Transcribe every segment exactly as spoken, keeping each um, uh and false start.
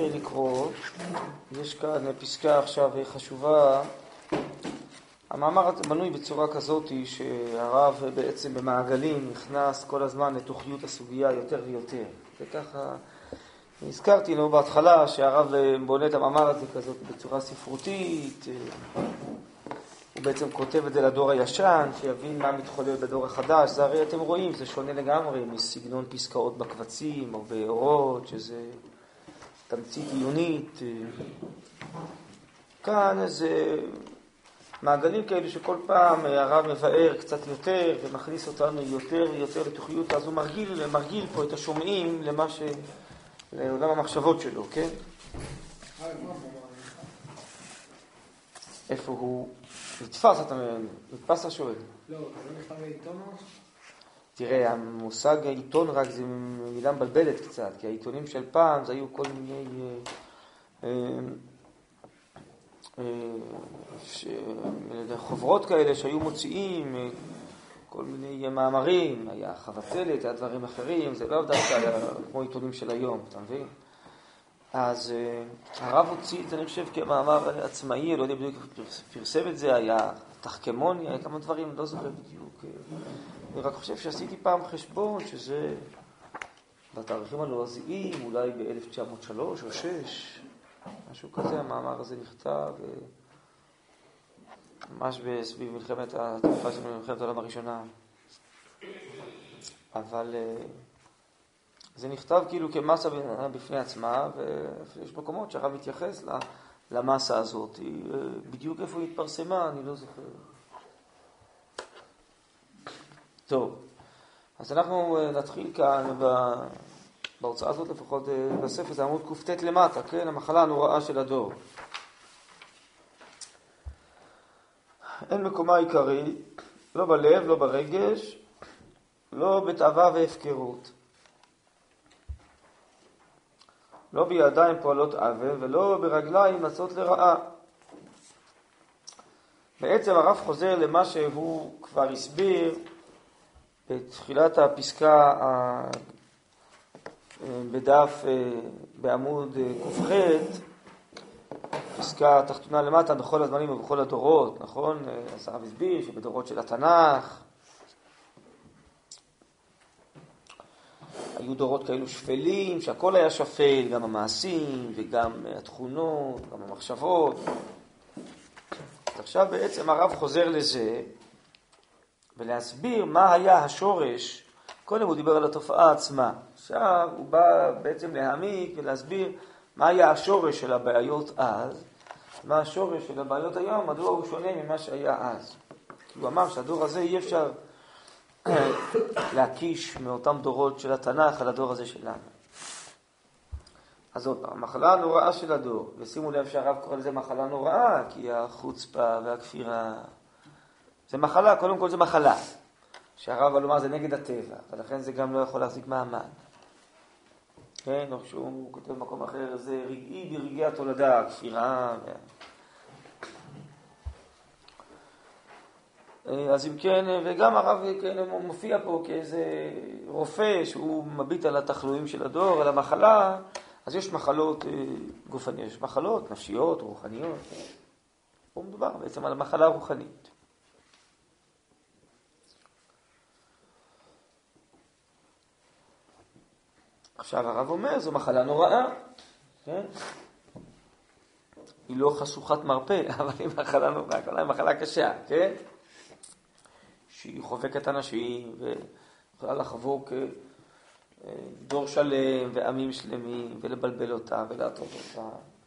לקרוא. יש כאן פסקה עכשיו חשובה. המאמר בנוי בצורה כזאת שהרב בעצם במעגלים נכנס כל הזמן לתוכיות הסוגיה יותר ויותר. וככה הזכרתי לו בהתחלה שהרב בונה את המאמר הזה כזאת בצורה ספרותית. הוא בעצם כותב את זה לדור הישן, שיבין מה מתחולל בדור החדש. זה הרי אתם רואים, זה שונה לגמרי מסגנון פסקאות בקבצים או באורות, שזה תמצית עיונית. כאן זה מעגלים כאלו שכל פעם הרב מבאר קצת יותר ומכניס אותנו יותר ויותר לתוכיות, אז הוא מרגיל, מרגיל פה את השומעים למה ש... לעולם המחשבות שלו, כן? איפה הוא נתפס, אתה נתפס השואל? לא, זה לא נכתב בעיתון? תראה, המושג העיתון רק זה מילה מבלבלת קצת, כי העיתונים של פעם זה היו כל מיני אה, אה, ש... חוברות כאלה שהיו מוציאים אה, כל מיני מאמרים, היה חבצלת, היה דברים אחרים, זה לא דווקא היה כמו עיתונים של היום, אתה מבין? אז uh, הרב הוציא את זה, אני חושב, כמאמר עצמאי, לא יודע בדיוק פרסם את זה, היה תחכמוני, היה כמה דברים, לא זוכר בדיוק. אני רק חושב שעשיתי פעם חשבון שזה בתאריכים הלועזיים, אולי ב-אלף תשע מאות ושלוש או שש, משהו כזה, המאמר הזה נכתב, ממש בסביב מלחמת התקופה של מלחמת העולם הראשונה. אבל זה נכתב כאילו כמסה בפני עצמה, ויש מקומות שהרב מתייחס למסה הזאת. בדיוק איפה היא התפרסמה, אני לא זוכר. טוב, אז אנחנו נתחיל כאן בהוצאה הזאת, לפחות בספר, זה עמוד קופטט למטה, כן? המחלה הנוראה של הדור. אין מקומה עיקרי, לא בלב, לא ברגש, לא בתאווה והפקרות. לא בידיים פועלות עוול, ולא ברגליים נצות לרעה. בעצם הרב חוזר למה שהוא כבר הסביר בתחילת הפסקה בדף בעמוד קופחת, פסקה התחתונה למטה, בכל הזמנים ובכל הדורות, נכון? אז הרב הסביר שבדורות של התנ"ך היו דורות כאלו שפלים, שהכל היה שפל, גם המעשים וגם התכונות, גם המחשבות. אז עכשיו בעצם הרב חוזר לזה, ולהסביר מה היה השורש. קודם הוא דיבר על התופעה עצמה. עכשיו הוא בא בעצם להעמיק ולהסביר מה היה השורש של הבעיות אז, מה השורש של הבעיות היום, מדוע הוא שונה ממה שהיה אז. כי הוא אמר שהדור הזה אי אפשר להקיש מאותם דורות של התנ"ך על הדור הזה שלנו. אז עוד פעם, המחלה הנוראה של הדור, ושימו לב שהרב קורא לזה מחלה נוראה, כי החוצפה והכפירה, זה מחלה, קודם כל זה מחלה, שהרב אלומר זה נגד הטבע, ולכן זה גם לא יכול להחזיק מעמד. כן, או שהוא כותב במקום אחר, זה רגעי ברגעי התולדה, הכפירה. אז אם כן, וגם הרב כן, מופיע פה כאיזה רופא שהוא מביט על התחלואים של הדור, על המחלה, אז יש מחלות גופניות, יש מחלות נפשיות, רוחניות. פה מדובר בעצם על המחלה הרוחנית. עכשיו הרב אומר, זו מחלה נוראה, כן? היא לא חשוכת מרפא, אבל היא מחלה נוראה, היא מחלה קשה, כן? שהיא חובקת אנשים ויכולה לחבוק דור שלם ועמים שלמים ולבלבל אותה ולהטות אותה.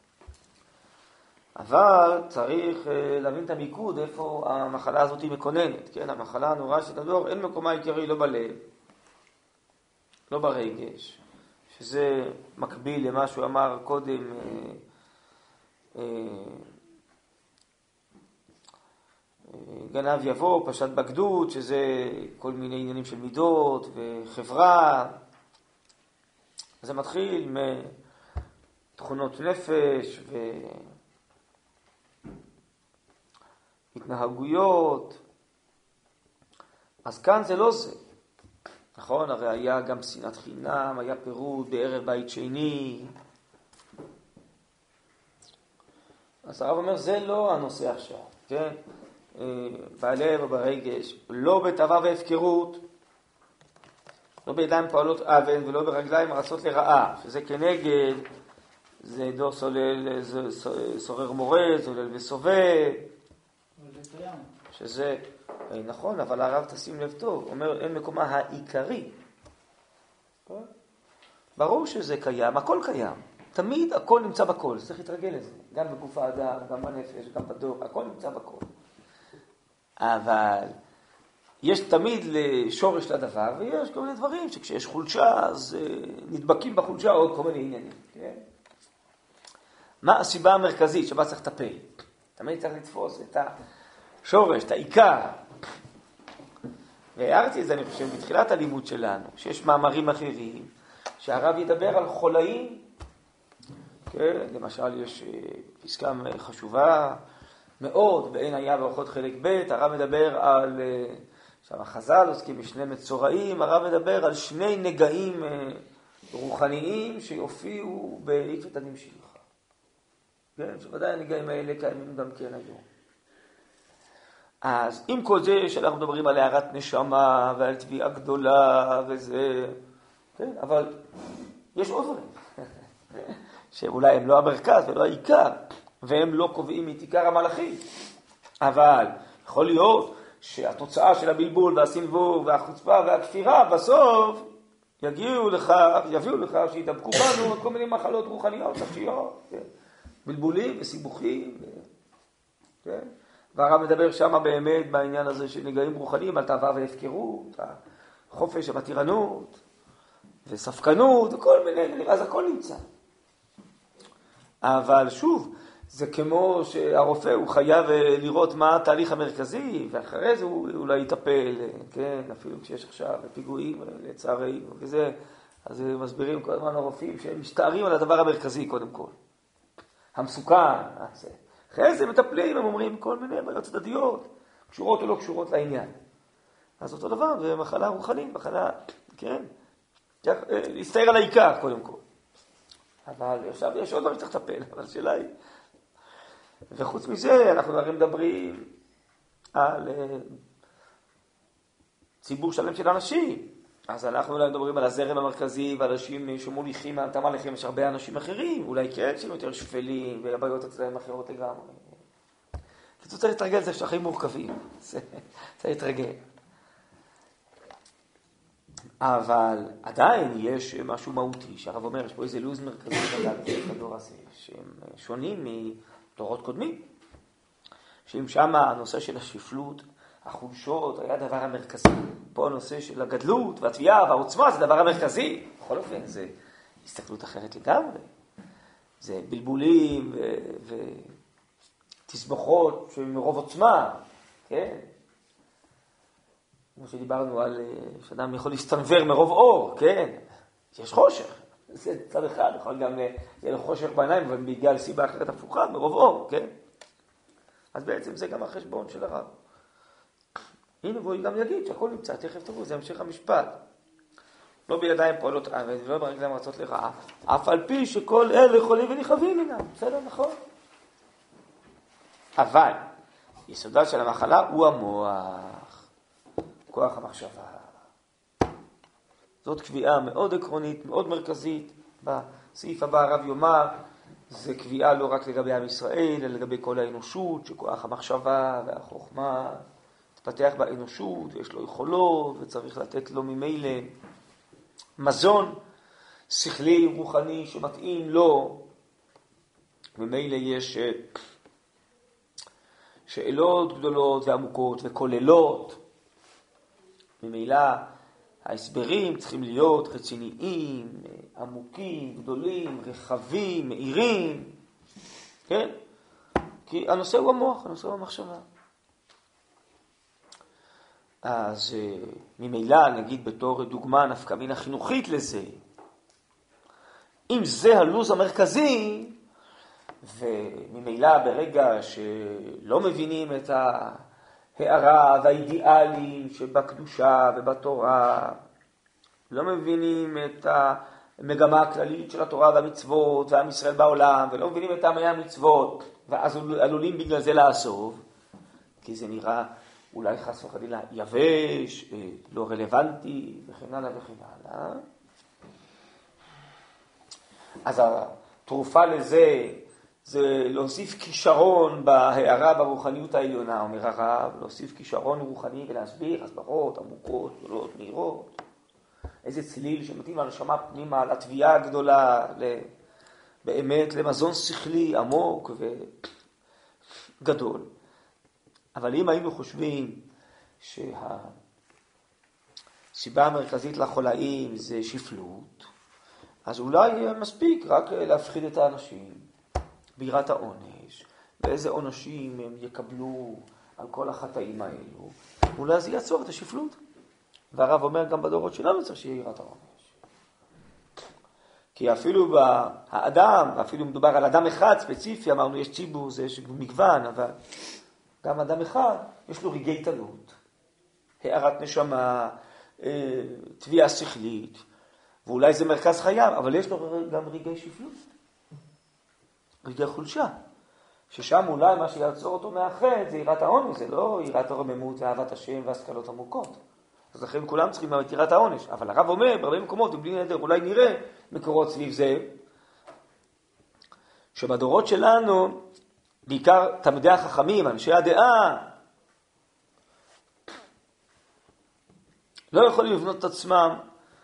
אבל צריך להבין את המיקוד איפה המחלה הזאת היא מקוננת, כן? המחלה הנוראה של הדור, אין מקומה עיקרי לא בלב, לא ברגש, שזה מקביל למה שהוא אמר קודם, גנב יבוא, פשט בגדות, שזה כל מיני עניינים של מידות וחברה. זה מתחיל מתכונות נפש והתנהגויות. אז כאן זה לא זה. נכון? הרי היה גם שנאת חינם, היה פירוד בערב בית שני, אז הרב אומר, זה לא הנושא עכשיו, כן? בלב או ברגש, לא בתאווה והפקרות, לא בידיים פועלות אבן ולא ברגליים הרצות לרעה, שזה כנגד, זה דור סולל, זה סורר מורה, זולל וסובב, שזה, נכון, אבל הרב תשים לב טוב, אומר, אין מקומה העיקרי. ברור שזה קיים, הכל קיים. תמיד הכל נמצא בכל, צריך להתרגל לזה. גם בגוף האדם, גם בנפש, גם בדור, הכל נמצא בכל. אבל יש תמיד לשורש לדבר, ויש כל מיני דברים שכשיש חולשה, אז נדבקים בחולשה עוד כל מיני עניינים. כן? מה הסיבה המרכזית שבה צריך לטפל? תמיד צריך לתפוס את השורש, את העיקר. והערתי את זה, אני חושב, בתחילת הלימוד שלנו, שיש מאמרים אחרים, שהרב ידבר על חולאים, כן, למשל יש פסקה חשובה מאוד, בעין היה ברכות חלק ב', הרב מדבר על, שם החז"ל עוסקים בשני מצורעים, הרב מדבר על שני נגעים רוחניים שיופיעו בעקבת הנמשילך. כן, שוודאי הנגעים האלה קיימים גם כן היום. אז עם כל זה שאנחנו מדברים על הערת נשמה ועל תביעה גדולה וזה, כן, אבל יש עוד דברים. שאולי הם לא המרכז ולא העיקר, והם לא קובעים את עיקר המלאכי. אבל יכול להיות שהתוצאה של הבלבול והסנוור והחוצפה והכפירה בסוף יגיעו לכך, יביאו לכך שידבקו בנו כל מיני מחלות רוחניות, נפשיות, כן? בלבולים וסיבוכים. כן? והרב מדבר שם באמת בעניין הזה של נגעים רוחניים על תאווה והפקרות, החופש המתירנות וספקנות וכל מיני, אז הכל נמצא. אבל שוב, זה כמו שהרופא הוא חייב לראות מה התהליך המרכזי, ואחרי זה הוא אולי יטפל, כן, אפילו כשיש עכשיו פיגועים לצערי וזה, אז מסבירים כל הזמן הרופאים שהם משתערים על הדבר המרכזי קודם כל. המסוכן, אחרי זה מטפלים, הם אומרים כל מיני בעיות צדדיות, קשורות או לא קשורות לעניין. אז אותו דבר, זה מחלה רוחנית, מחלה, כן, להסתער על העיקר קודם כל. אבל עכשיו יש עוד דברים שצריך לטפל, אבל השאלה היא. וחוץ מזה, אנחנו הרי מדברים על ציבור שלם של אנשים. אז אנחנו אולי מדברים על הזרם המרכזי, ועל אנשים שמוליכים על תמליכים, יש הרבה אנשים אחרים, אולי כן שהם יותר שפלים, והבעיות אצלהם אחרות לגמרי. כי צריך להתרגל, זה שטחים מורכבים. צריך להתרגל. אבל עדיין יש משהו מהותי, שהרב אומר, יש פה איזה לוז מרכזי בדור הזה, שהם שונים מדורות קודמים. שאם שם הנושא של השפלות, החולשות, היה הדבר המרכזי. פה הנושא של הגדלות והתביעה והעוצמה, זה הדבר המרכזי. בכל אופן, זה הסתכלות אחרת לגמרי. זה בלבולים ותסבוכות שמרוב עוצמה, כן? כמו שדיברנו על שאדם יכול להסתנבר מרוב אור, כן? יש חושך. זה צד אחד, יכול גם יהיה לו חושך בעיניים, אבל בגלל לסיבה אחרת הפוכה, מרוב אור, כן? אז בעצם זה גם החשבון של הרב. הנה, והוא גם יגיד שהכל נמצא, תכף תראו, זה המשך המשפט. לא בידיים פועלות עבד, ולא ברגליים רצות לרעה, אף על פי שכל אלה חולים ונכאבים אינם. בסדר, נכון? אבל יסודה של המחלה הוא המוח. כוח המחשבה. זאת קביעה מאוד עקרונית, מאוד מרכזית. בסעיף הבא הרב יאמר, זה קביעה לא רק לגבי עם ישראל, אלא לגבי כל האנושות, שכוח המחשבה והחוכמה תפתח באנושות, ויש לו יכולות, וצריך לתת לו ממילא מזון שכלי, רוחני, שמתאים לו. ממילא יש שאלות גדולות ועמוקות וכוללות. ממילא ההסברים צריכים להיות רציניים, עמוקים, גדולים, רחבים, מהירים. כן? כי הנושא הוא המוח, הנושא הוא המחשבה. אז ממילא נגיד בתור דוגמה נפקא מינה חינוכית לזה. אם זה הלוז המרכזי, וממילא ברגע שלא מבינים את ההערה והאידיאלים שבקדושה ובתורה, לא מבינים את המגמה הכללית של התורה והמצוות ועם ישראל בעולם, ולא מבינים את טעמי המצוות, ואז עלולים בגלל זה לעזוב, כי זה נראה אולי חס וחלילה יבש, לא רלוונטי, וכן הלאה וכן הלאה. אז התרופה לזה, זה להוסיף כישרון בהערה ברוחניות העליונה, אומר הרב, להוסיף כישרון רוחני ולהסביר הסברות עמוקות, גדולות, מהירות. איזה צליל שמתאים לנשמה פנימה, לתביעה הגדולה, באמת למזון שכלי עמוק וגדול. אבל אם היינו חושבים שהסיבה המרכזית לחולאים זה שפלות, אז אולי מספיק רק להפחיד את האנשים ביראת העונש, ואיזה עונשים הם יקבלו על כל החטאים האלו, אולי זה יעצור את השפלות. והרב אומר גם בדורות שלנו צריך שיהיה יראת העונש. כי אפילו באדם, אפילו מדובר על אדם אחד ספציפי, אמרנו יש ציבור, זה יש מגוון, אבל גם אדם אחד יש לו רגעי תלות, הערת נשמה, תביעה שכלית, ואולי זה מרכז חייו, אבל יש לו גם רגעי שפלות, רגעי חולשה, ששם אולי מה שיעצור אותו מאחד זה יראת העונש, זה לא יראת הרוממות ואהבת השם והשכלות עמוקות. אז לכן כולם צריכים את יראת העונש. אבל הרב אומר, בהרבה מקומות, ובלי נדר, אולי נראה מקורות סביב זה, שבדורות שלנו, בעיקר תלמידי החכמים, אנשי הדעה, לא יכולים לבנות את עצמם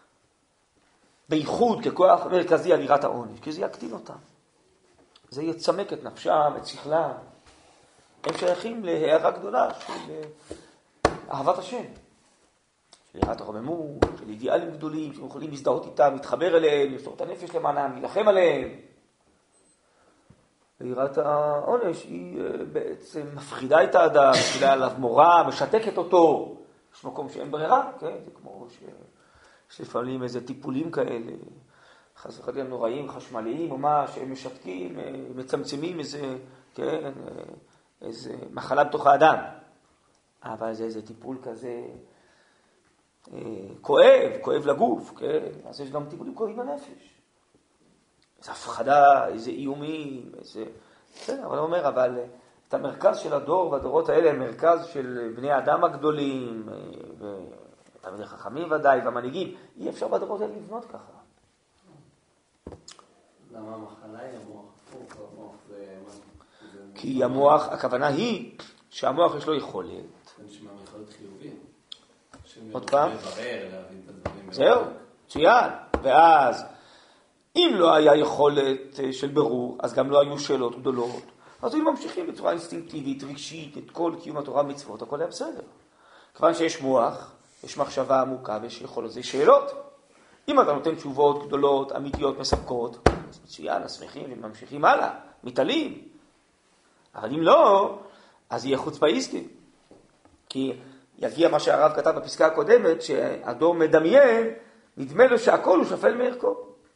בייחוד ככוח מרכזי על יראת העונש, כי זה יקטין אותם. זה יצמק את נפשם, את שכלם. הם שייכים להערה גדולה של אהבת השם. של יראת הרוממות, של אידיאלים גדולים, שהם יכולים להזדהות איתם, להתחבר אליהם, לפתור את הנפש למענם, להילחם עליהם. ויראת העונש היא בעצם מפחידה את האדם, מפחידה עליו מורה, משתקת אותו. יש מקום שאין ברירה, כן? זה כמו שלפעמים איזה טיפולים כאלה, חס וחלילה נוראים, חשמליים או מה, שהם משתקים, מצמצמים איזה, כן, איזה מחלה בתוך האדם. אבל זה איזה טיפול כזה כואב, כואב לגוף, כן? אז יש גם טיפולים כואבים בנפש. איזו הפחדה, איזה איומים, איזה... בסדר, אבל הוא אומר, אבל את המרכז של הדור והדורות האלה, המרכז של בני האדם הגדולים, ותלמידי חכמים ודאי, והמנהיגים, אי אפשר בדורות האלה לבנות ככה. למה המחלה היא המוח? המוח זה... כי המוח, הכוונה היא שהמוח יש לו יכולת. זה נשמע יכולת חיובית. עוד פעם? לברר, להבין את הדברים. זהו, צוין. ואז, אם לא היה יכולת של ברור, אז גם לא היו שאלות גדולות. אז הם ממשיכים בצורה אינסטינקטיבית, רגשית, את כל קיום התורה מצוות, הכל היה בסדר. כיוון שיש מוח, יש מחשבה עמוקה ויש יכולות, זה שאלות. אם אתה נותן תשובות גדולות, אמיתיות, מספקות, אז מצוין, אז שמחים וממשיכים הלאה, מתעלים. אבל אם לא, אז יהיה חוצפאיסטי. כי יגיע מה שהרב כתב בפסקה הקודמת, שהדור מדמיין, נדמה לו שהכל הוא שפל מערכו.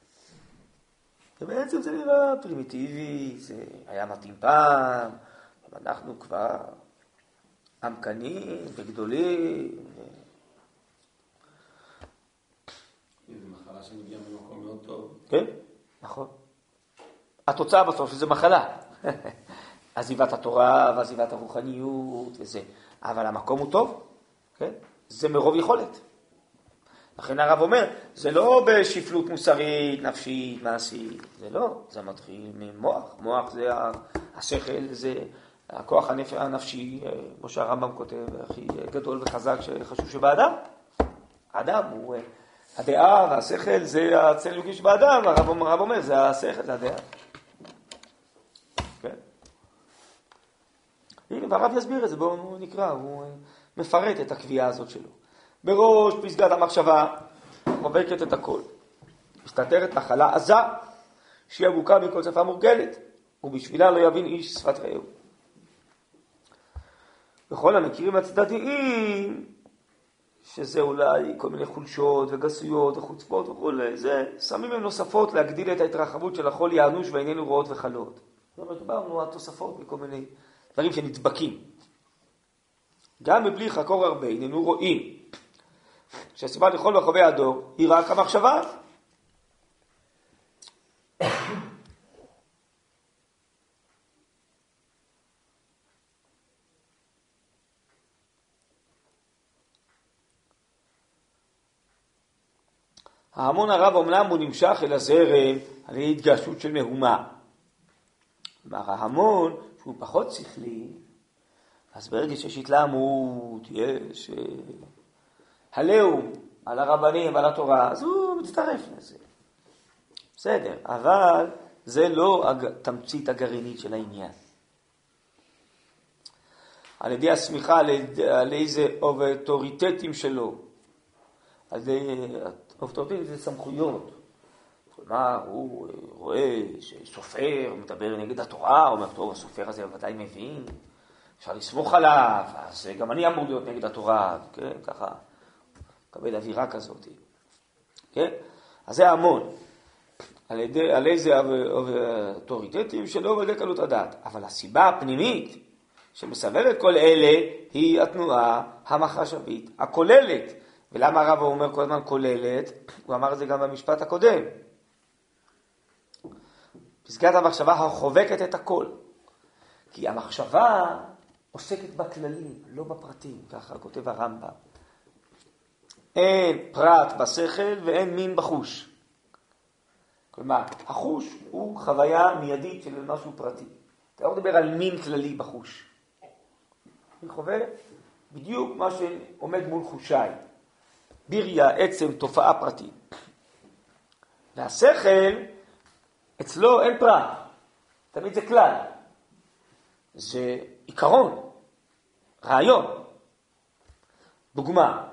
ובעצם זה נראה פרימיטיבי, זה היה מתאים פעם, אנחנו כבר עמקנים וגדולים. זו מחלה שמגיעה ממקום מאוד טוב. כן, נכון. התוצאה בסוף שזה מחלה. עזיבת התורה ועזיבת הרוחניות וזה. אבל המקום הוא טוב, כן? זה מרוב יכולת. לכן הרב אומר, זה לא בשפלות מוסרית, נפשית, מעשית, זה לא, זה מתחיל ממוח. מוח זה השכל, זה הכוח הנפשי, כמו שהרמב"ם כותב, הכי גדול וחזק שחשוב שבאדם. האדם הוא, הדעה והשכל זה הצל אלוקי שבאדם, הרב אומר, זה השכל, זה הדעה. כן? הנה, והרב יסביר את זה, בואו נקרא, הוא מפרט את הקביעה הזאת שלו. בראש פסגת המחשבה, חובקת את הכל. מסתתרת נחלה עזה, שהיא עמוקה מכל שפה מורגלת, ובשבילה לא יבין איש שפת רעהו. בכל המקרים הצדדיים, שזה אולי כל מיני חולשות וגסויות וחוצפות וכו', זה שמים הם נוספות להגדיל את ההתרחבות של החול יענוש ואיננו רואות וחלות. זאת אומרת, באנו התוספות בכל מיני דברים שנדבקים. גם מבלי חקור הרבה, איננו רואים שהסיבה לכל רחבי הדור היא רק המחשבה. ההמון הרב אמנם הוא נמשך אל הזרם על ידי התגששות של מהומה. כלומר, ההמון שהוא פחות שכלי, אז ברגע שיש התלהמות, יש הלאום על הרבנים ועל התורה, אז הוא מצטרף לזה. בסדר, אבל זה לא התמצית הגרעינית של העניין. על ידי הסמיכה על איזה אוטוריטטים שלו, על ידי אוטוריטטים זה סמכויות. כלומר, הוא רואה שסופר מדבר נגד התורה, אומר, טוב, הסופר הזה בוודאי מבין, אפשר לסמוך עליו, אז גם אני אמור להיות נגד התורה, כן, ככה, קבל אווירה כזאת. כן? אז זה המון. על, ידי, על איזה אוטוריטטים שלא בדי קלות הדעת. אבל הסיבה הפנימית שמסבבת כל אלה היא התנועה המחשבית הכוללת. ולמה הרב אומר כל הזמן כוללת? הוא אמר את זה גם במשפט הקודם. פסקת המחשבה החובקת את הכל. כי המחשבה עוסקת בכללים, לא בפרטים, ככה כותב הרמב"ם. אין פרט בשכל ואין מין בחוש. כלומר, החוש הוא חוויה מיידית של משהו פרטי. אתה לא מדבר על מין כללי בחוש. אני חווה בדיוק מה שעומד מול חושיי. ביריה, עצם, תופעה פרטית. והשכל, אצלו אין פרט. תמיד זה כלל. זה עיקרון, רעיון. דוגמה.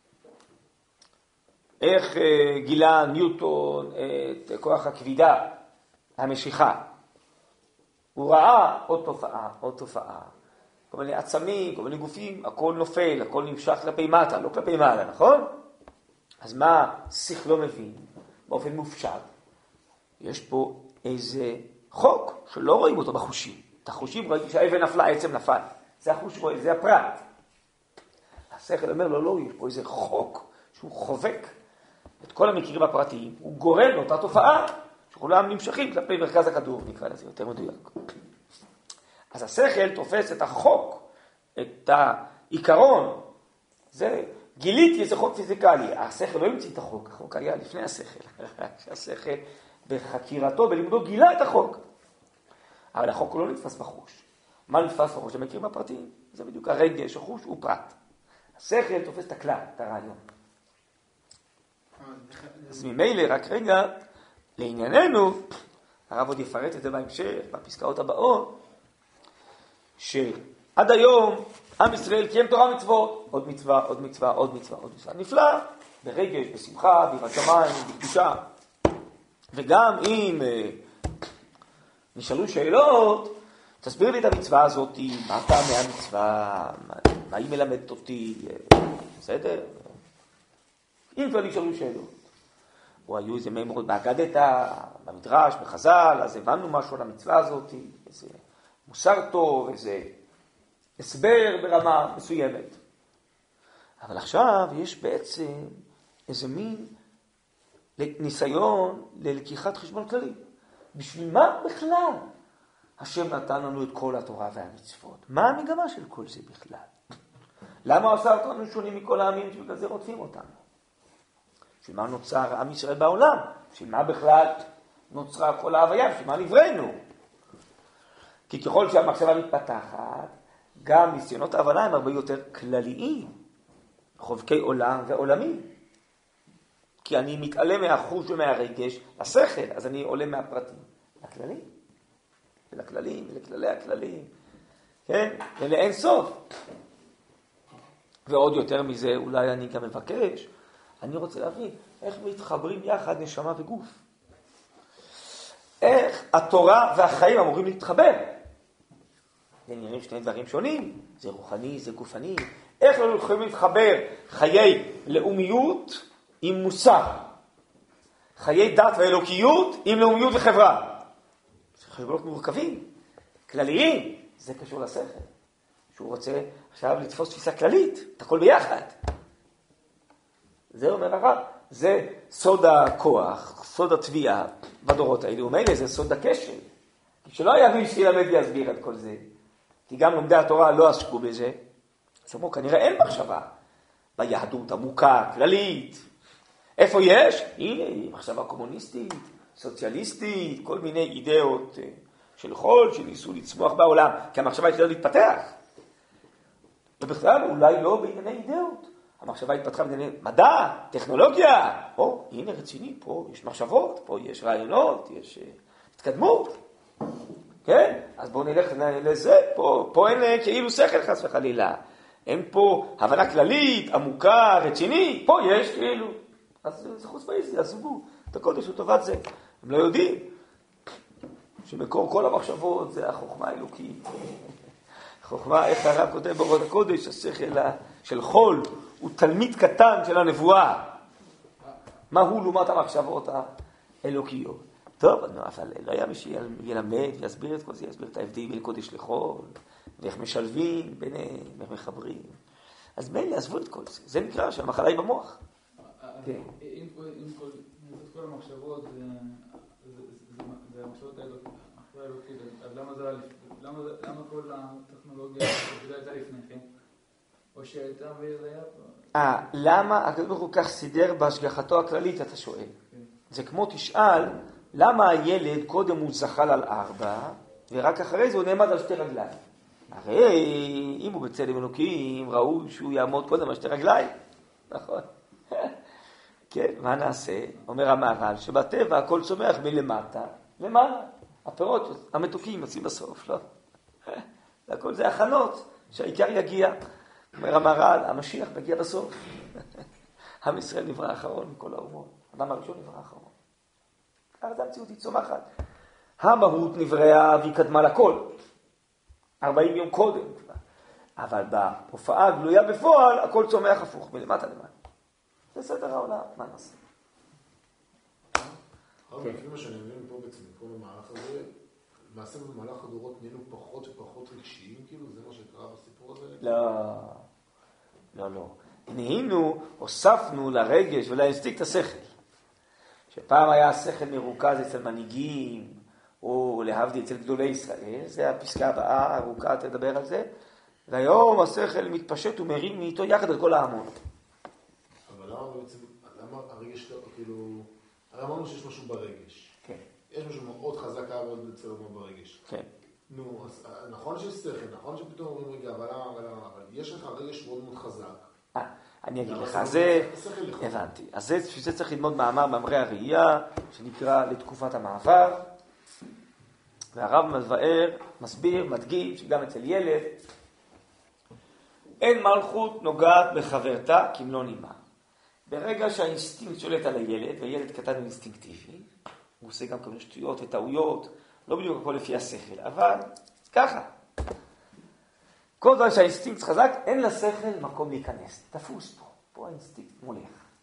איך גילה ניוטון את כוח הכבידה, המשיכה. הוא ראה עוד תופעה, עוד תופעה. כל מיני עצמים, כל מיני גופים, הכל נופל, הכל נמשך כלפי מטה, לא כלפי מעלה, נכון? אז מה שכל לא מבין? באופן מופשט. יש פה איזה חוק שלא רואים אותו בחושים. את החושים ראיתי שהאבן נפלה, העצם נפל. זה החוש רואה, זה הפרט. השכל אומר לו, לא, יש פה איזה חוק שהוא חובק את כל המקרים הפרטיים, הוא גורם לאותה תופעה שכולם נמשכים כלפי מרכז הכדור, נקרא לזה יותר מדויק. אז השכל תופס את החוק, את העיקרון. זה, גיליתי איזה חוק פיזיקלי. השכל לא המציא את החוק, החוק היה לפני השכל. השכל בחקירתו, בלימודו, גילה את החוק. אבל החוק לא נתפס בחוש. מה נתפס בחוש? המקרים הפרטיים. זה בדיוק הרגש, החוש הוא פרט. השכל תופס את הכלל, את הרעיון. אז ממילא, רק רגע, לענייננו, הרב עוד יפרט את זה בהמשך, בפסקאות הבאות, שעד היום עם ישראל קיים תורה מצוות, עוד מצווה, עוד מצווה, עוד מצווה, עוד מצווה. נפלא, ברגש, בשמחה, ביראת שמיים, בקדושה. וגם אם אה, נשאלו שאלות, תסביר לי את המצווה הזאת, מה טעם מהמצווה, מה, מה היא מלמדת אותי, בסדר? אם כבר נשאלו שאלות. או היו איזה מימורות באגדתא, במדרש, בחז"ל, אז הבנו משהו על המצווה הזאת, איזה מוסר טוב, איזה הסבר ברמה מסוימת. אבל עכשיו יש בעצם איזה מין ניסיון ללקיחת חשבון כללי. בשביל מה בכלל השם נתן לנו את כל התורה והמצוות? מה המגמה של כל זה בכלל? למה עשה אותנו שונים מכל העמים שבגלל זה רודפים אותנו? בשביל מה נוצר עם ישראל בעולם? בשביל מה בכלל נוצרה כל ההוויה? בשביל מה נבראנו? כי ככל שהמחשבה מתפתחת, גם ניסיונות ההבנה הם הרבה יותר כלליים, חובקי עולם ועולמים. כי אני מתעלם מהחוש ומהרגש לשכל, אז אני עולה מהפרטים לכללים, ולכללים, ולכללי הכללים, כן? ולאין סוף. ועוד יותר מזה, אולי אני גם מבקש, אני רוצה להבין איך מתחברים יחד נשמה וגוף. איך התורה והחיים אמורים להתחבר. זה נראים שני דברים שונים, זה רוחני, זה גופני. איך לא יכולים להתחבר חיי לאומיות עם מוסר, חיי דת ואלוקיות עם לאומיות וחברה. זה חשבונות מורכבים, כלליים, זה קשור לשכל. שהוא רוצה עכשיו לתפוס תפיסה כללית, את הכל ביחד. זה אומר הרב, זה סוד הכוח, סוד התביעה בדורות האלה, ומילא זה סוד הקשר. כי שלא היה מי שילמד ויסביר את כל זה, כי גם לומדי התורה לא עסקו בזה, אז אמרו, כנראה אין מחשבה ביהדות עמוקה, כללית. איפה יש? הנה, מחשבה קומוניסטית, סוציאליסטית, כל מיני אידאות של חול שניסו לצמוח בעולם, כי המחשבה התחילה להתפתח. ובכלל אולי לא בענייני אידאות. המחשבה התפתחה בענייני מדע, טכנולוגיה. או, הנה רציני, פה יש מחשבות, פה יש רעיונות, יש התקדמות. כן? אז בואו נלך לזה, פה, פה אין כאילו שכל חס וחלילה. אין פה הבנה כללית, עמוקה, רצינית, פה יש כאילו. אז זה חוץ בעיסי, עזבו, את הקודש הוא טובת זה. הם לא יודעים שמקור כל המחשבות זה החוכמה האלוקית. חוכמה, איך הרב כותב באורות הקודש, השכל של חול הוא תלמיד קטן של הנבואה. מה הוא לעומת המחשבות האלוקיות? טוב, אבל לא היה מי שילמד ויסביר את כל זה, יסביר את ההבדלים בין קודש לחול, ואיך משלבים ביניהם, ואיך מחברים. אז מילא, עזבו את כל זה. זה נקרא שהמחלה היא במוח. אם כל המחשבות זה המחשבות האלוקית, אז למה כל הטכנולוגיה הייתה לפני כן? או שהייתה וזה היה פה? אה, למה הקדוש ברוך הוא כך סידר בהשגחתו הכללית, אתה שואל? זה כמו תשאל, למה הילד קודם הוא זחל על ארבע, ורק אחרי זה הוא נעמד על שתי רגליים? הרי אם הוא בצלם אלוקים, ראוי שהוא יעמוד קודם על שתי רגליים. נכון. כן, מה נעשה? אומר המהר"ל, שבטבע הכל צומח מלמטה למעלה. הפירות המתוקים יוצאים בסוף, לא? הכל זה הכנות שהעיקר יגיע. אומר המהר"ל, המשיח מגיע בסוף. עם ישראל נברא האחרון מכל האומות. אדם הראשון נברא האחרון. אז המציאות היא צומחת. המהות נבראה והיא קדמה לכל. ארבעים יום קודם. אבל בהופעה הגלויה בפועל, הכל צומח הפוך מלמטה למעלה. זה סדר העולם, מה נעשה? אבל לפי מה שאני מבין פה בעצם, כל המהלך הזה, למעשה במהלך הדורות נהיינו פחות ופחות רגשיים, כאילו, זה מה שקרה בסיפור הזה? לא, לא, לא. נהיינו, הוספנו לרגש ולאינסטינקט השכל. שפעם היה השכל מרוכז אצל מנהיגים, או להבדיל אצל גדולי ישראל, זה הפסקה הבאה, ארוכה, תדבר על זה, והיום השכל מתפשט ומרים מאיתו יחד את כל ההמון. אבל למה בעצם, למה הרגש לא, כאילו, הרי אמרנו שיש משהו ברגש. כן. יש משהו מאוד חזק היה מאוד אצל אומות ברגש. כן. נו, אז נכון שיש שכל, נכון שפתאום אומרים רגע, אבל למה, אבל למה, אבל יש לך רגש מאוד מאוד חזק. אה, אני אגיד לך, זה, הבנתי. אז זה, שזה צריך ללמוד מאמר מאמרי הראייה, שנקרא לתקופת המעבר, והרב מבאר, מסביר, מדגים, שגם אצל ילד, אין מלכות נוגעת בחברתה כמלוא נימה. ברגע שהאינסטינקט שולט על הילד, והילד קטן ואינסטינקטיבי, הוא עושה גם כמה שטויות וטעויות, לא בדיוק הכל לפי השכל, אבל ככה. כל זמן שהאינסטינקט חזק, אין לשכל מקום להיכנס. תפוס פה. פה האינסטינקט מולך.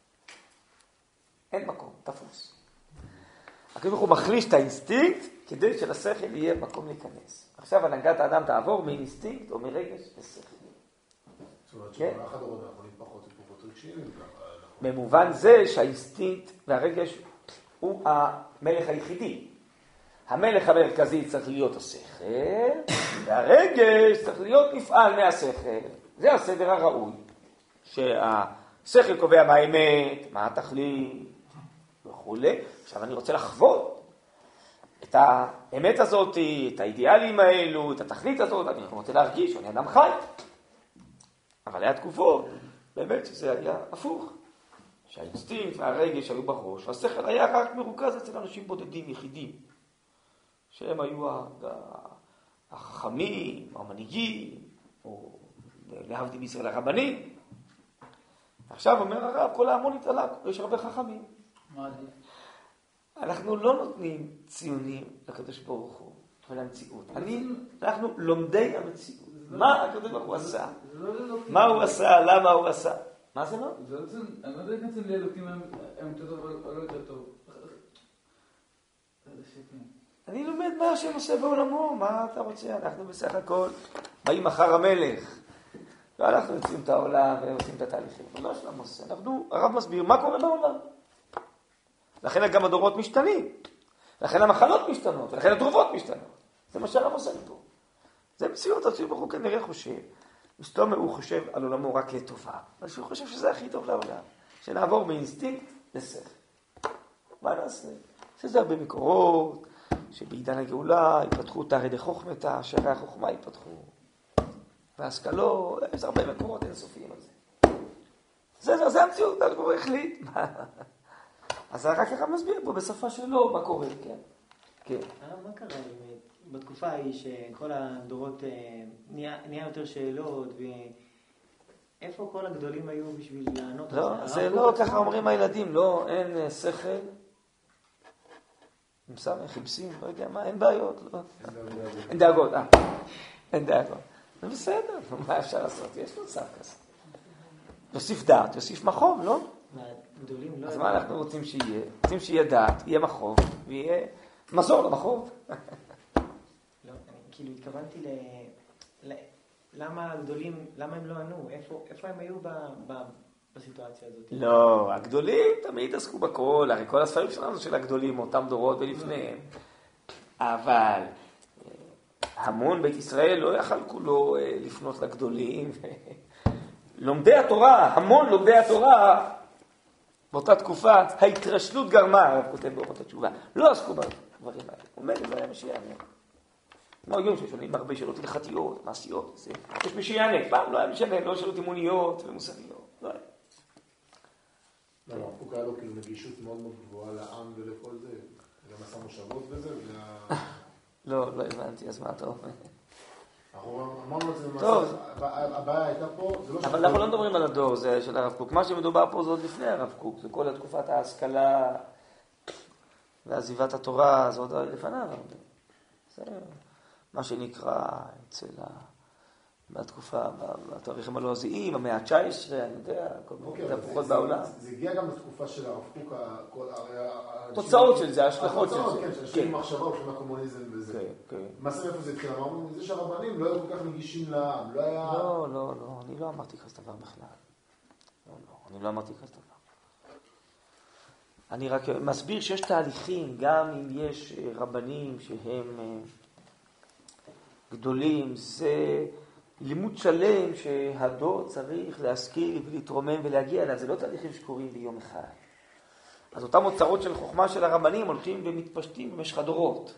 אין מקום, תפוס. הקדוש הוא מחליש את האינסטינקט, כדי שלשכל יהיה מקום להיכנס. עכשיו הנהגת האדם תעבור מאינסטינקט או מרגש לשכל. זאת אומרת שבמהלך הדורות אנחנו נהיה פחות ופחות רגשיים. במובן זה שהאינסטינקט והרגש הוא המלך היחידי. המלך המרכזי צריך להיות השכל, והרגש צריך להיות נפעל מהשכל. זה הסדר הראוי. שהשכל קובע מה האמת, מה התכלית וכו'. עכשיו אני רוצה לחוות את האמת הזאת, את האידיאלים האלו, את התכלית הזאת, אני רוצה להרגיש שאני אדם חי. אבל היה תקופות, באמת שזה היה הפוך. שהאינסטינקט והרגש היו בראש, והשכל היה רק מרוכז אצל אנשים בודדים, יחידים. שהם היו החכמים, המנהיגים, או להבדיל בישראל הרבנים. עכשיו אומר הרב, כל ההמון התעלה, יש הרבה חכמים. מה זה? אנחנו לא נותנים ציונים לקדוש ברוך הוא ולמציאות. אנחנו לומדי המציאות. מה הקדוש ברוך הוא עשה? מה הוא עשה? למה הוא עשה? מה זה לא? אני לא יודע אם אצל אלוקים הם יותר טוב או לא יותר טוב. אני לומד מה השם עושה בעולמו, מה אתה רוצה? אנחנו בסך הכל באים אחר המלך. ואנחנו יוצאים את העולם ועושים את התהליכים. לא שלם עושה. אנחנו, הרב מסביר מה קורה בעולם. לכן גם הדורות משתנים. לכן המחלות משתנות. לכן התרופות משתנות. זה מה שהרב עושה פה. זה מציאות, אז הוא כנראה חושב. מסתום הוא חושב על עולמו רק לטובה. אבל שהוא חושב שזה הכי טוב לעולם. שנעבור מאינסטינקט לשכל. מה נעשה? שזה הרבה מקורות, שבעידן הגאולה יפתחו תרא דחוכמתא, שערי החוכמה יפתחו. והשכלות, יש הרבה מקורות אינסופיים על זה. זה, זה, זה המציאות, זה כבר החליט. אז רק ככה מסביר פה בשפה שלו מה קורה, כן? כן. מה קרה בתקופה ההיא שכל הדורות נהיה, נהיה יותר שאלות, ואיפה כל הגדולים היו בשביל לענות? לא, זה לא ככה אומרים הילדים, לא, אין שכל. עם סמך, חיפשים, לא יודע מה, אין בעיות, לא. אין דאגות, אה. אין דאגות. זה בסדר, מה אפשר לעשות? יש מצב כזה. יוסיף דעת, יוסיף מחוב, לא? אז מה אנחנו רוצים שיהיה? רוצים שיהיה דעת, יהיה מחוב, ויהיה מזור למחוב. לא, כאילו התכוונתי ל... למה הגדולים, למה הם לא ענו? איפה הם היו בסיטואציה הזאת? לא, הגדולים תמיד עסקו בכל, הרי כל הספרים שלנו של הגדולים, אותם דורות ולפניהם. אבל המון בית ישראל לא יכל כולו לפנות לגדולים. לומדי התורה, המון לומדי התורה, באותה תקופה, ההתרשלות גרמה, הרב כותב באורות התשובה, לא עסקו בדברים האלה. הוא אומר, זה היה משיענה. כמו היום ששואלים הרבה שאלות הלכתיות, מעשיות, זה. יש מי שיענה, פעם לא היה משנה, לא שאלות אמוניות ומוסריות, לא היה. לא, הרב קוק היה לו כאילו נגישות מאוד מאוד גבוהה לעם ולכל זה, גם עשה מושבות וזה, לא, לא הבנתי, אז מה אתה אומר? אנחנו אמרנו את זה במעשה, הבעיה הייתה פה, זה לא... אבל אנחנו לא מדברים על הדור, זה של הרב קוק. מה שמדובר פה זה עוד לפני הרב קוק, זה כל התקופת ההשכלה ועזיבת התורה, זה עוד לפניו. זה מה שנקרא אצל בתקופה, בתאריכים הלועזיים, המאה ה-תשע עשרה, אני יודע, כל מיני תהפוכות בעולם. זה הגיע גם לתקופה של הרב קוק, תוצאות של זה, ההשלכות של זה. כן, שאנשים מחשבה הולכים לקומוניזם וזה. מעשה איפה זה התחיל, אמרנו, זה שהרבנים לא היו כל כך נגישים לעם, לא היה... לא, לא, לא, אני לא אמרתי כזה דבר בכלל. לא, לא, אני לא אמרתי כזה דבר. אני רק מסביר שיש תהליכים, גם אם יש רבנים שהם גדולים, זה לימוד שלם שהדור צריך להשכיל ולהתרומם ולהגיע אליו, זה לא תהליכים שקורים ביום אחד. אז אותם אוצרות של חוכמה של הרבנים הולכים ומתפשטים במשך הדורות.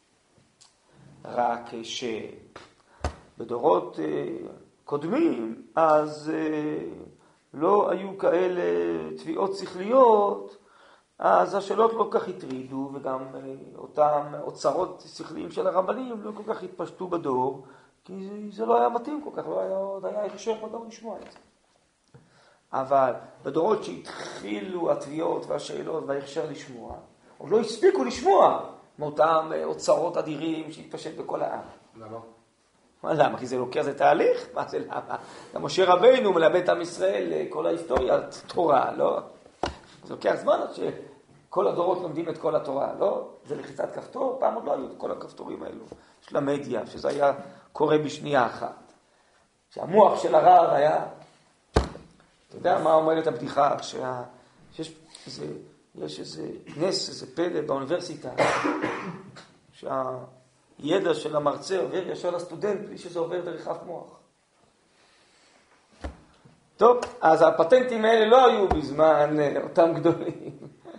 רק שבדורות קודמים, אז לא היו כאלה תביעות שכליות, אז השאלות לא כך הטרידו, וגם אותם אוצרות שכליים של הרבנים לא כל כך התפשטו בדור, כי זה, זה לא היה מתאים כל כך, לא היה, עוד היה הכשר בדור לשמוע את זה. אבל בדורות שהתחילו התביעות והשאלות וההכשר לשמוע, עוד לא הספיקו לשמוע מאותם אוצרות אדירים שהתפשט בכל העם. למה? מה למה? כי זה לוקח, זה תהליך? מה זה למה? גם משה רבינו מלמד את עם ישראל כל ההיסטוריה, תורה, לא? זה לוקח זמן עד שכל הדורות לומדים את כל התורה, לא? זה לחיצת כפתור, פעם עוד לא היו כל הכפתורים האלו של המדיה, שזה היה קורה בשנייה אחת. שהמוח של הרב היה, אתה יודע מה אומרת הבדיחה? שה... שיש איזה, יש איזה נס, איזה פלא באוניברסיטה, שהידע של המרצה עובר ישר לסטודנט, בלי שזה עובר דרך אף מוח. טוב, אז הפטנטים האלה לא היו בזמן אותם גדולים.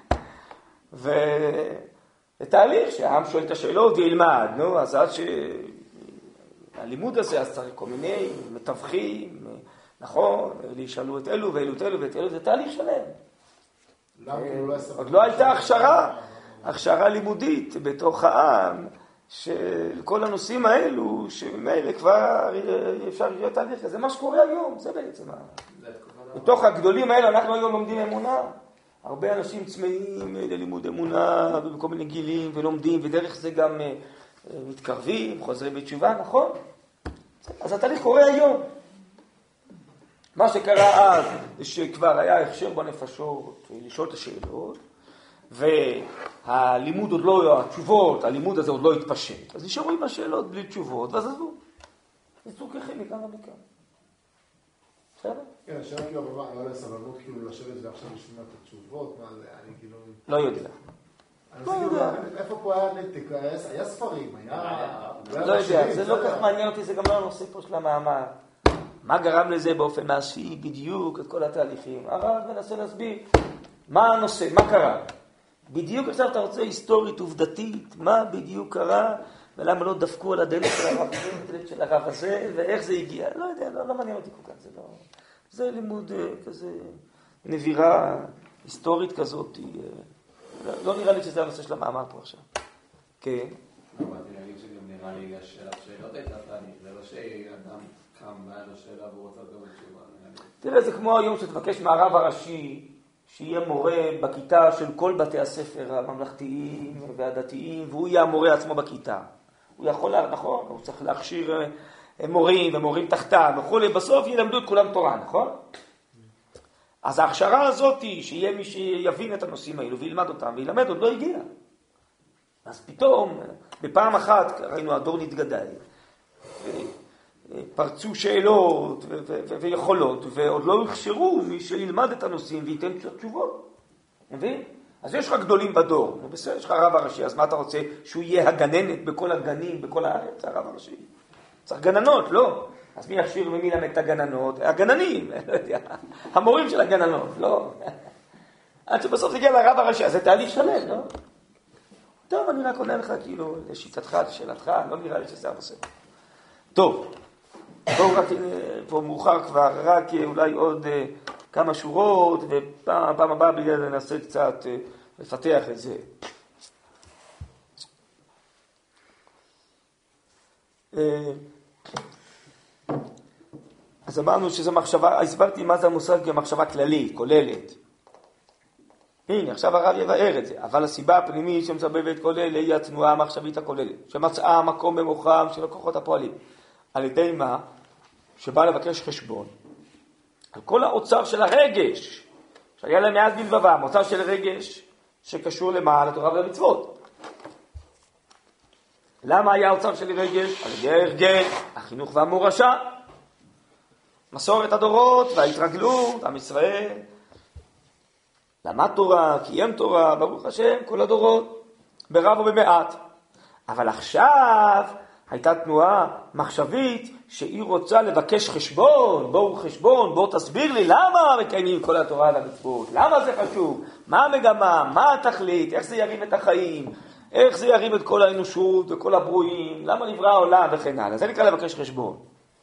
ותהליך שהעם שואל את השאלות וילמד, נו, אז עד שהלימוד הזה, אז צריך כל מיני מתווכים, נכון, ישאלו את אלו ואלו את אלו ואת אלו, זה תהליך שלם. עוד לא הייתה הכשרה, הכשרה לימודית בתוך העם, של כל הנושאים האלו, שממילא כבר אפשר להיות תהליך, זה מה שקורה היום, זה בעצם. בתוך הגדולים האלו אנחנו היום לומדים אמונה. הרבה אנשים צמאים ללימוד אמונה, ובכל מיני גילים, ולומדים, ודרך זה גם מתקרבים, חוזרים בתשובה, נכון? אז התהליך קורה היום. מה שקרה אז, זה שכבר היה הכשר בנפשות, לשאול את השאלות, והלימוד עוד לא, התשובות, הלימוד הזה עוד לא התפשט. אז נשארו עם השאלות בלי תשובות, ואז עזבו. יצאו ככה מכאן ומכאן. בסדר? כן, השאלה כאילו, אבל לא היה לסבלנות כאילו לשבת ועכשיו לשמוע את התשובות, מה זה, אני כאילו... לא יודע. לא יודע. איפה פה היה נתק? היה ספרים, היה... לא יודע, זה לא כך מעניין אותי, זה גם לא הנושא פה של המאמר. מה גרם לזה באופן מעשי, בדיוק, את כל התהליכים? הרב מנסה להסביר מה הנושא? מה קרה? בדיוק עכשיו אתה רוצה היסטורית, עובדתית, מה בדיוק קרה, ולמה לא דפקו על הדלת של הרב הזה, הדלת של הרב הזה, ואיך זה הגיע? לא יודע, לא, לא מעניין אותי כל כך, זה לא... זה לימוד כזה, נבירה היסטורית כזאת, לא, לא נראה לי שזה הנושא של המאמר פה עכשיו. כן. באתי להגיד שגם נראה לי השאלת שאלות הייתה תענית, זה לא שאדם קם והיה לו שאלה והוא רוצה לקבל תשובה. תראה, זה כמו היום שתבקש מהרב הראשי, שיהיה מורה בכיתה של כל בתי הספר הממלכתיים והדתיים, והוא יהיה המורה עצמו בכיתה. הוא יכול, נכון, הוא צריך להכשיר מורים ומורים תחתיו וכולי, בסוף ילמדו את כולם תורה, נכון? אז ההכשרה הזאת היא שיהיה מי שיבין את הנושאים האלו וילמד אותם, וילמד עוד לא הגיע. אז פתאום, בפעם אחת, ראינו הדור נתגדל, פרצו שאלות ו- ו- ו- ויכולות, ועוד לא הכשרו מי שילמד את הנושאים וייתן תשובות. מבין? אז יש לך גדולים בדור, בסדר, יש לך הרב הראשי, אז מה אתה רוצה? שהוא יהיה הגננת בכל הגנים, בכל הארץ, הרב הראשי. צריך גננות, לא? אז מי יכשיר ומי למד את הגננות? הגננים, לא יודע, המורים של הגננות, לא? עד שבסוף זה הגיע לרב הראשי, אז זה תהליך שלם, לא? טוב, אני רק עונה לך כאילו לשיטתך, לשאלתך, לא נראה לי שזה הנושא. טוב, בואו רק, פה מאוחר כבר, רק אולי עוד כמה שורות, ופעם הבאה בגלל ננסה קצת לפתח את זה. אז אמרנו שזו מחשבה, הסברתי מה זה המושג מחשבה כללית, כוללת. הנה, עכשיו הרב יבאר את זה, אבל הסיבה הפנימית שמסבבת כל אלה היא התנועה המחשבית הכוללת, שמצאה מקום במוחם של הכוחות הפועלים. על ידי מה? שבא לבקש חשבון על כל האוצר של הרגש, שהיה להם מאז בלבבם, אוצר של רגש שקשור למה? לתורה ולמצוות. למה היה אוצר של רגש? על ידי ההרגל, החינוך והמורשה, מסורת הדורות וההתרגלות, עם ישראל, למד תורה, קיים תורה, ברוך השם, כל הדורות, ברב ובמעט. אבל עכשיו הייתה תנועה מחשבית שהיא רוצה לבקש חשבון, בואו חשבון, בואו תסביר לי למה מקיימים כל התורה והמצוות, למה זה חשוב, מה המגמה, מה התכלית, איך זה ירים את החיים, איך זה ירים את כל האנושות וכל הברואים, למה נברא העולם וכן הלאה. זה נקרא לבקש חשבון.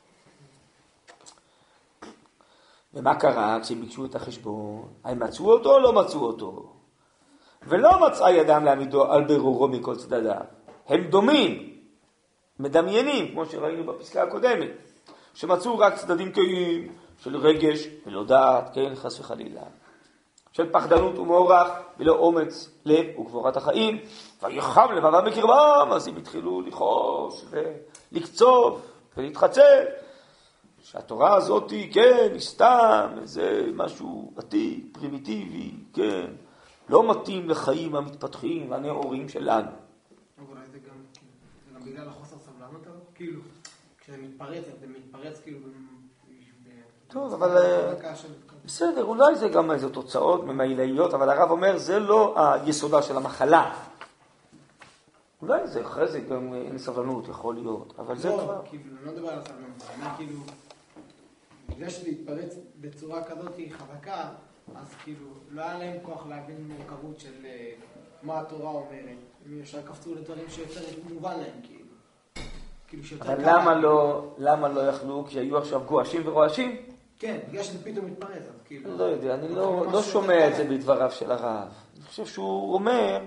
ומה קרה כשהם ביקשו את החשבון? הם מצאו אותו או לא מצאו אותו? ולא מצאה ידם להעמידו על ברורו מכל צדדיו. הם דומים, מדמיינים, כמו שראינו בפסקה הקודמת, שמצאו רק צדדים קיים של רגש ולא דעת, כן, חס וחלילה, של פחדנות ומאורח ולא אומץ לב וגבורת החיים, ויחם לבבם בקרבם, אז הם התחילו לחוש ולקצוב ולהתחצב. שהתורה הזאת, כן, היא סתם, זה משהו עתיק, פרימיטיבי, כן, לא מתאים לחיים המתפתחים והנאורים שלנו. אולי זה גם, זה גם בגלל החוסר סבלנות, כאילו, כשזה מתפרץ, זה מתפרץ כאילו... טוב, אבל... בסדר, אולי זה גם איזה תוצאות ממעילאיות, אבל הרב אומר, זה לא היסודה של המחלה. אולי זה אחרי זה גם אין סבלנות, יכול להיות, אבל זה כבר... לא, כאילו, אני לא מדבר על סבלנות, אני כאילו... בגלל שזה התפרץ בצורה כזאת חזקה, אז כאילו לא היה להם כוח להבין מורכבות של מה התורה אומרת. הם ישר קפצו לדברים שיותר מובן להם, כאילו. כאילו שיותר אבל למה לא, למה לא יכלו כשהיו עכשיו גואשים ורועשים? כן, בגלל שזה פתאום מתפרץ, אז כאילו... לא יודע, אני לא, לא שומע את זה בדבריו של הרב. אני חושב שהוא אומר,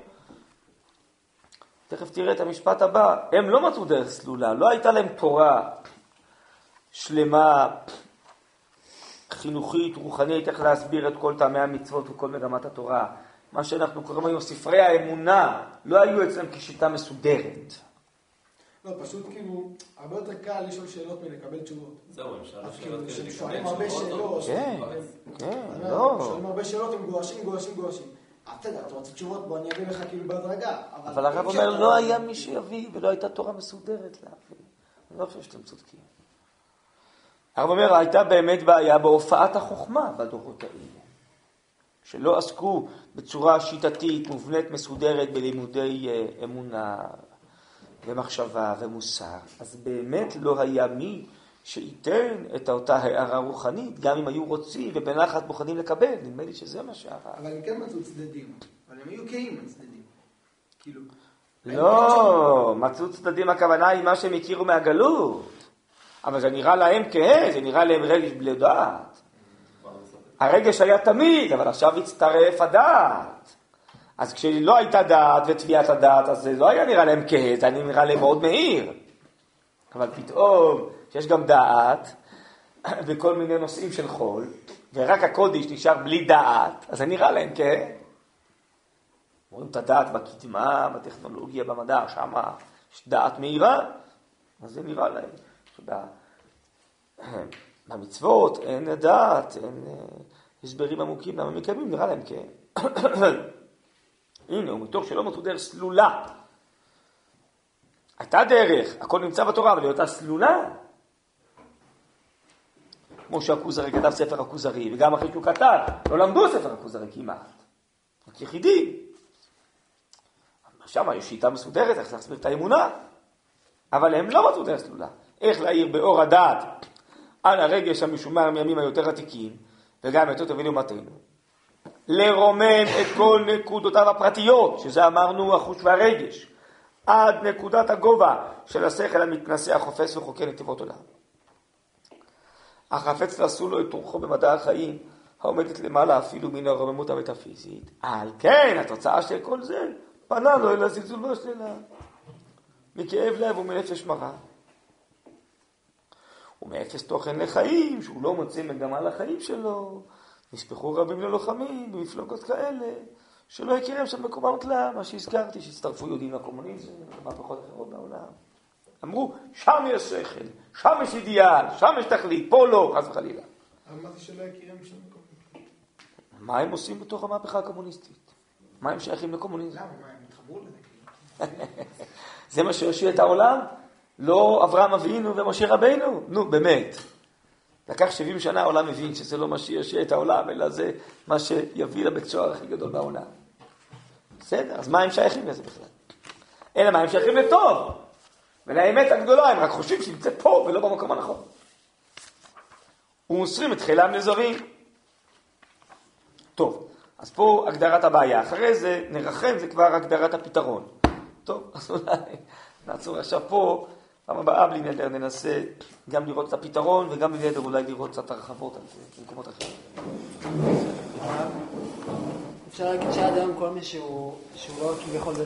תכף תראה את המשפט הבא, הם לא מצאו דרך סלולה, לא הייתה להם תורה שלמה, חינוכית, רוחנית, איך להסביר את כל טעמי המצוות וכל מגמת התורה. מה שאנחנו קוראים היום ספרי האמונה, לא היו אצלם כשיטה מסודרת. לא, פשוט כאילו, הרבה יותר קל לשאול שאלות מלקבל תשובות. זהו, אפשר לשאלות כדי שואלים הרבה שאלות. כן, כן, לא. שואלים הרבה שאלות, הם גואשים, גואשים, גואשים. אתה יודע, אתה רוצה תשובות, בוא אני אביא לך כאילו בהדרגה. אבל הרב אומר, לא היה מי שיביא, ולא הייתה תורה מסודרת להביא. אני לא חושב שאתם צודקים. הרב אומר, הייתה באמת בעיה בהופעת החוכמה בדורות האלה, שלא עסקו בצורה שיטתית, מובנית, מסודרת, בלימודי אמונה ומחשבה ומוסר. אז באמת לא היה מי שייתן את אותה הערה רוחנית, גם אם היו רוצים ובנחת מוכנים לקבל. נדמה לי שזה מה שהרב. אבל הם כן מצאו צדדים, אבל הם היו קיים הצדדים. כאילו... לא, מצאו צדדים, הכוונה היא מה שהם הכירו מהגלות. אבל זה נראה להם כהה, זה נראה להם רגש בלי דעת. הרגש היה תמיד, אבל עכשיו הצטרף הדעת. אז כשלא הייתה דעת ותביעת הדעת, אז זה לא היה נראה להם כהה, זה היה נראה להם מאוד מהיר. אבל פתאום, שיש גם דעת, וכל מיני נושאים של חול, ורק הקודש נשאר בלי דעת, אז זה נראה להם כהה. רואים את הדעת בקדמה, בטכנולוגיה, במדע, שם יש דעת מהירה, אז זה נראה להם. במצוות אין דעת, אין הסברים עמוקים למה מקיימים, נראה להם כן. הנה, ומתוך שלא מצאו דרך סלולה. הייתה דרך, הכל נמצא בתורה, אבל היא אותה סלולה. כמו שהכוזרי כתב ספר הכוזרי, וגם אחרי שהוא כתב, לא למדו ספר הכוזרי כמעט. רק יחידים. שם יש שיטה מסודרת, איך להסביר את האמונה. אבל הם לא מצאו דרך סלולה. איך להעיר באור הדעת על הרגש המשומר מימים היותר עתיקים, וגם יותר טובים לעומתנו. לרומם את כל נקודותיו הפרטיות, שזה אמרנו החוש והרגש, עד נקודת הגובה של השכל המתנשא, החופץ וחוקר נתיבות עולם. החפץ לעשו לו את רוחו במדע החיים, העומדת למעלה אפילו מן הרוממות המטאפיזית. על כן, התוצאה של כל זה, פנה לו אל הזלזול והשלילה. מכאב לב ומנפש מרה. ומאפס תוכן לחיים, שהוא לא מוצא מגמה לחיים שלו, נספחו רבים ללוחמים במפלגות כאלה, שלא הכירם שם מקומם כלל, מה שהזכרתי, שהצטרפו יהודים לקומוניזם, ומהפכות אחרות בעולם. אמרו, שם יש שכל, שם יש אידיאל, שם יש תכלית, פה לא, חס וחלילה. אבל מה זה שלא הכירם שם מקומם? מה הם עושים בתוך המהפכה הקומוניסטית? מה הם שייכים לקומוניזם? למה? מה, הם התחברו לזה? זה מה שהושיע את העולם? לא אברהם אבינו ומשה רבינו? נו, באמת. לקח שבעים שנה העולם מבין שזה לא מה שיושיע את העולם, אלא זה מה שיביא לבית סוהר הכי גדול בעולם. בסדר, אז מה הם שייכים לזה בכלל? אלא מה הם שייכים לטוב. ולאמת הגדולה, הם רק חושבים שנמצא פה ולא במקום הנכון. ומוסרים את חילם לזרים. טוב, אז פה הגדרת הבעיה. אחרי זה נרחם, זה כבר הגדרת הפתרון. טוב, אז אולי נעצור עכשיו פה. פעם הבאה בלי נדר ננסה גם לראות את הפתרון וגם בלי נדר אולי לראות קצת הרחבות על זה במקומות אחרים. אפשר להגיד שעד היום כל מי שהוא לא כביכול